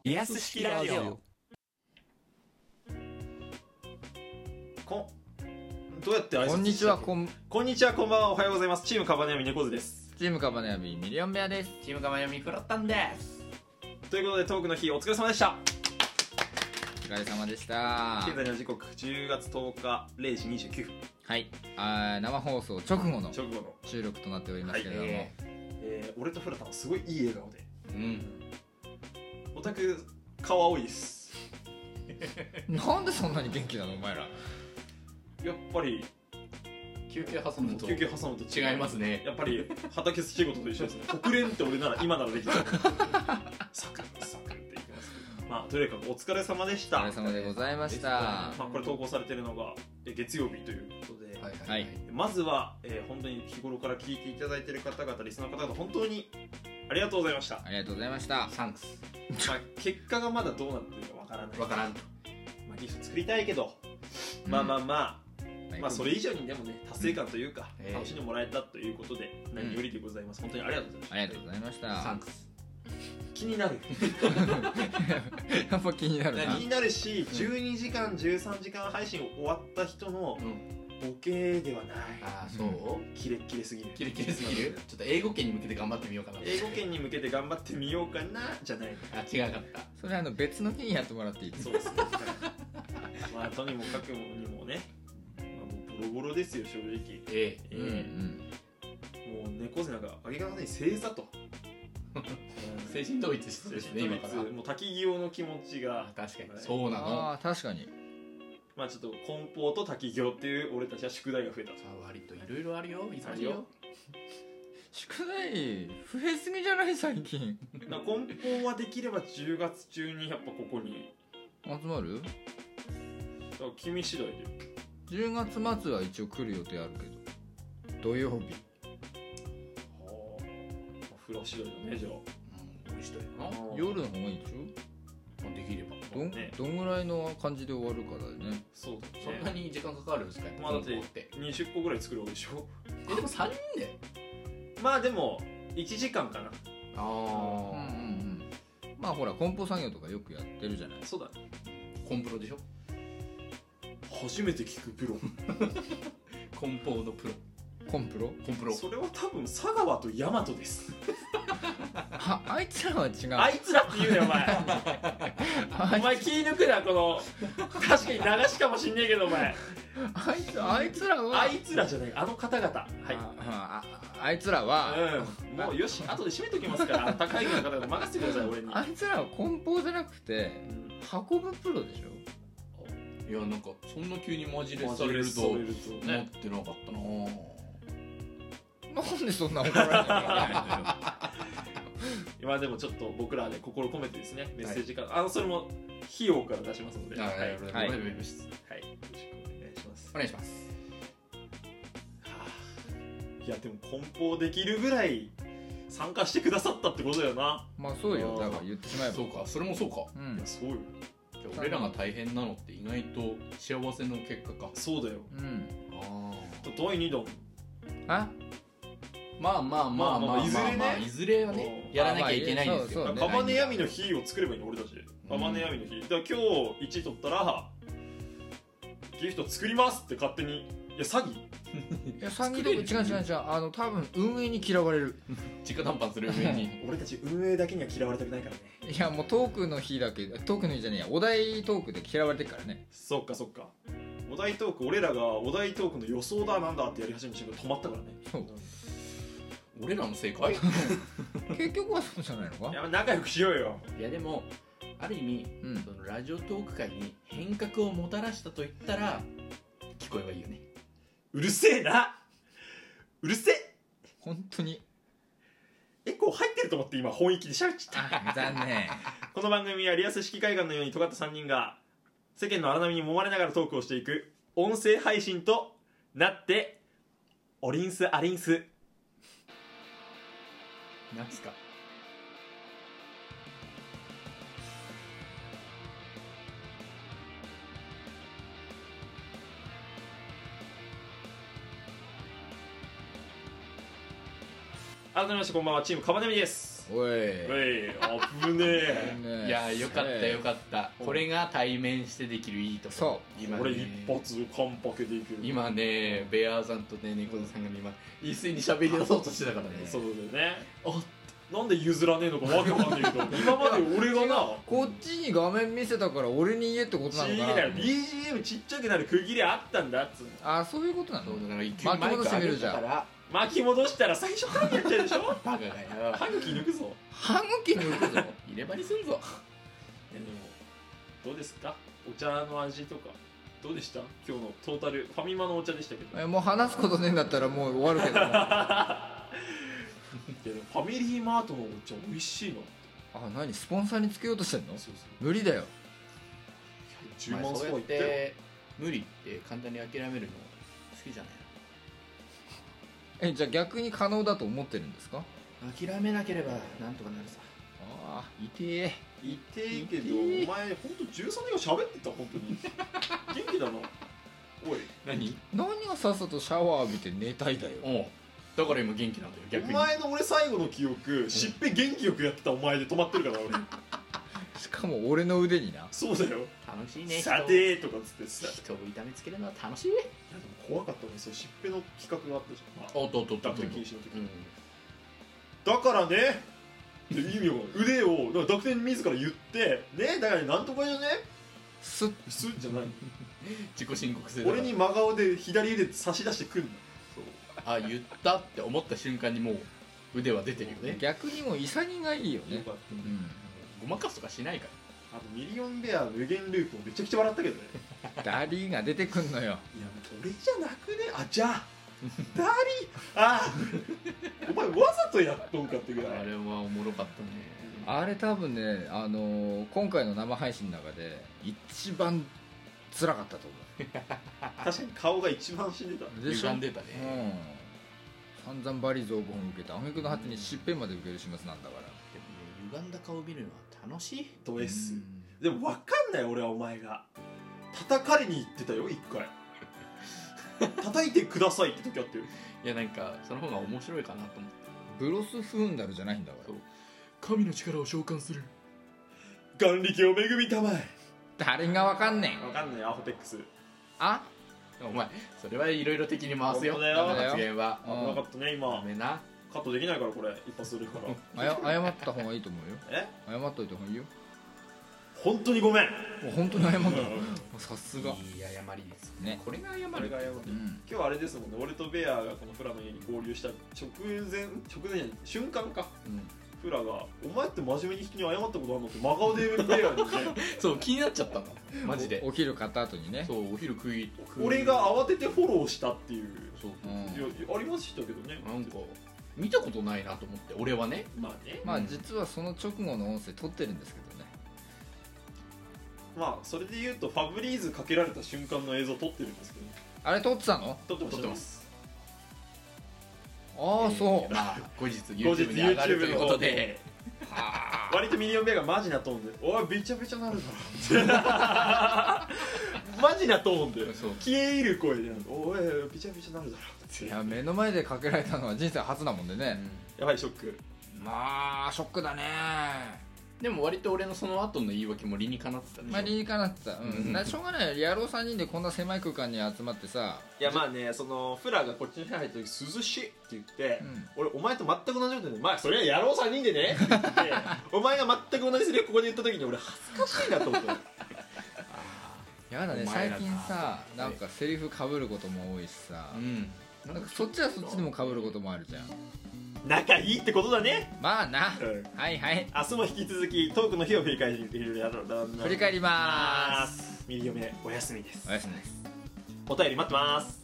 リアス式ラジオ。 どうやって挨拶したっけ？ こんにちは、こんにちは、こんばんは、おはようございます。チームカバネヤミ猫背です。 チームカバネヤミミリオンベアです。 チームカバネヤミフロッタンです。 ということで、トークの日お疲れ様でした。 お疲れ様でした。 現在の時刻10月10日0時29分。 はい、生放送直後の収録となっておりますけれども、 俺とフラタンはすごいいい笑顔で、オタク顔青いです。 なんでそんなに元気なのお前ら。 やっぱり休憩挟むと違いますね。 やっぱり畑仕事と一緒ですね。国連って俺なら今ならできちゃう。サクって言ってますけど、まあとにかくお疲れ様でした。 お疲れ様でございました。 まあこれ投稿されてるのが月曜日ということで、 はい、 まずは、本当に日頃から聞いていただいている方々、リスナーの方々、本当にありがとうございました。 ありがとうございました。 サンクス。 まあ結果がまだどうなってるかわからない。 わからんと。 まあギフト作りたいけど、まあそれ以上にでもね、達成感というか、楽しんでもらえたということで何よりでございます。本当にありがとうございました。 ありがとうございました。 サンクス。 気になる。 やっぱ気になるな。 気になるし、12時間13時間配信終わった人のボケではない。 ああ、そう。 キレッキレすぎる。 キレキレすぎる。ちょっと英語圏に向けて頑張ってみようかな。 英語圏に向けて頑張ってみようかなじゃない。 あ、違かった。 それ別の日にやってもらっていい？ そうですね。まあとにもかくもにもね、ボロボロですよ正直。もう猫背なんかあげがない正座と。 精神統一してですね今から。 もう滝行の気持ちが。 確かに。そうなの。 ああ確かに。 まあちょっと梱包と滝行っていう俺たちは宿題が増えた。 割といろいろあるよ。忙しいよ。 宿題増えすぎじゃない最近。 梱包はできれば10月中にやっぱここに集まる？ 君次第で。 10月末は一応来る予定あるけど、土曜日。 フラ次第だねじゃあ。 無理したいな。 夜の方がいいでしょ？ できれば。 どんぐらいの感じで終わるからね。 そうだね。 そんなに時間かかるんですか？ まあだって20個ぐらい作るわけでしょ。 でも3人で。 まあでも1時間かな。 まあほら梱包作業とかよくやってるじゃない。 そうだね。 コンプロでしょ。 初めて聞くプロ。 梱包のプロ。 コンプロ。 それは多分佐川と大和です。 あいつらは違う。 あいつらって言うねお前。お前気抜くなこの。確かに流しかもしんねえけどお前。 あいつらは。 あいつらじゃないあの方々。はい。 あいつらは。 もうよし後で締めときますから。高いの方々任せてください俺に。 あいつらは梱包じゃなくて運ぶプロでしょ。 いやなんかそんな急にマジレスされると思ってなかったな。 なんでそんな怒られなきゃいけないのよ。 今でもちょっと僕らで心込めてですねメッセージからそれも費用から出しますので、はい、よろしくお願いします。 お願いします。 いやでも梱包できるぐらい参加してくださったってことだよな。 まあそうよ。だから言ってしまえば。 そうか、それもそうか。 いやそうよ。 俺らが大変なのって意外と幸せの結果か。 そうだよ。第2弾。 まあいずれはねやらなきゃいけないんですよ。 カバネヤミの日を作ればいいの俺たち。カバネヤミの日。だから今日1取ったらギフト作りますって勝手に。いや詐欺？ いや詐欺とか違う。多分運営に嫌われる。 直談判する上に。 俺たち運営だけには嫌われたくないからね。 いやもうトークの日だけ、トークの日じゃねえや、お題トークで嫌われてるからね。 そっか。お題トーク、俺らがお題トークの予想だなんだってやり始めた瞬間止まったからね。 そう。 俺らの正解。 結局はそうじゃないのか。 いや仲良くしようよ。 いやでもある意味、そのラジオトーク界に変革をもたらしたと言ったら聞こえはいいよね。 うるせえな。うるせえ。 本当にエコー入ってると思って今本意気で喋っちゃった。 残念。 この番組はリアス式海岸のように尖った3人が世間の荒波に揉まれながらトークをしていく音声配信となっておりんすありんす。 なんすか。 改めましてこんばんは、チームカバネミです。 おい危ねえ。 いやよかったよかった、これが対面してできるいいところ。 そう今ね、 俺一発カンパケでいける。 今ねベアーさんとね猫背さんがね今一斉に喋り出そうとしてたからね。 そうだよね。なんで譲らねえのかわけわかんないけど今まで俺がなこっちに画面見せたから俺に言えってことなのかな。 BGM ちっちゃくなる区切りあったんだっつうの。 あ、そういうことなの。 そうだから一巻き戻してみるじゃん。 巻き戻したら最初からやっちゃうでしょバカがよ歯茎抜くぞ。 歯茎抜くぞ。 入れ歯にすんぞ。 でもどうですか、お茶の味とかどうでした？今日のトータルファミマのお茶でしたけど。 もう話すことねえんだったらもう終わるけどけどファミリーマートのお茶美味しいの。 あ、何スポンサーにつけようとしてんの？ そうそう無理だよ。 10万そうやっスコアいってて無理って簡単に諦めるの好きじゃないじゃあ逆に可能だと思ってるんですか？ の。諦めなければなんとかなるさ。 ああ、痛え。 言っていいけど、お前ほんと13年後喋ってた本当に元気だな。おい何何がさっさとシャワー浴びて寝たいだよ。 おうだから今元気なんだよ逆おに。 前の俺最後の記憶しっぺ元気よくやってたお前で止まってるから俺しかも俺の腕にな。 そうだよ。 楽しいね。 さてーとかっつってさ、 人を痛めつけるのは楽しい。 いやでも怖かったね、そうしっぺの企画があったじゃん、 おっとっとっとっと。 濁点禁止の時、 うんだからねって意味を腕をだから濁点自ら言ってね、だからなんとかじゃねスッ。 すんじゃない自己申告制だから俺に真顔で左腕差し出してくんの。 あ言ったって思った瞬間にもう腕は出てるよね。 逆にもう潔がいいよね。 よかった、 うん。 ごまかすとかしないから。 あとミリオンベア無限ループもめちゃくちゃ笑ったけどね。 ダリーが出てくんのよ。 いや俺じゃなくね、あじゃあダリーあお前わざとやっとんかってぐらい。 あれはおもろかったね。 あれ多分ね、今回の生配信の中で一番辛かったと確かに顔が一番死んでた。 思う。でしょ。 歪んでたね。 散々バリ雑言を受けて挙句の果てにしっぺんまで受ける始末なんだから。 でもね歪んだ顔見るのは楽しい。 ド S、でも分かんない俺はお前が叩かれに行ってたよ一回叩いてくださいって時あってる。 いやなんかその方が面白いかなと思って。 ブロスフーンダルじゃないんだから。 神の力を召喚する。 眼力を恵みたまえ。 誰がわかんねん。 分かんないアホテックス。 あ、 お前それはいろいろ敵に回すよ。 本当だよダメな発言は危なかったね今ダ。メな。 カットできないからこれ一発するから謝った方がいいと思うよ。 え謝っといた方がいいよ。 本当にごめん。 もう本当に謝ったの。さすがいい謝りですね。 これが謝る。 あれが謝る、 うん今日あれですもんね、俺とベアがこのフラの家に合流した直前じゃない瞬間か、 うんフラが「お前って真面目に人に謝ったことあるの?」って真顔でベアにねそう気になっちゃったのマジで。 お昼買った後にね。 そうお昼食い俺が慌ててフォローしたっていう。 そううんいやありましたけどね。 なんか見たことないなと思って俺はね。 まあね、 まあ実はその直後の音声撮ってるんですけどね。 まあそれで言うとファブリーズかけられた瞬間の映像撮ってるんですけど、 あれ撮ってたの？ 撮ってました撮ってます。 ああ、そう。 まあ後日後日 YouTube に上がると YouTube いうことで。 割とミリオンベアがマジなトーンで「おいべちゃべちゃなるだろ」マジなトーンでそう消え入る声で「おいべちゃべちゃなるだろ」っていや、目の前でかけられたのは人生初なもんでね。 やばいショック。 まあショックだね。 でも割と俺のその後の言い訳も理にかなってたでしょ。 まあ理にかなってた。うん。しょうがないよ。野郎3人でこんな狭い空間に集まってさ。 いやまあね、そのフラがこっちに入った時涼しいって言って、俺お前と全く同じことで「まあそれはやろう3人でね」って言ってお前が全く同じセリフここで言った時に俺恥ずかしいなと思ったやだね、 お前らが最近さ、なんかセリフかぶることも多いしさ、 うんなんかそっちはそっちでもかぶることもあるじゃん。 仲いいってことだね。 まあな、 うんはいはい、 明日も引き続きトークの日を振り返り振り返りまーす。 ミリオメお休みです。 おやすみです。 お便り待ってます。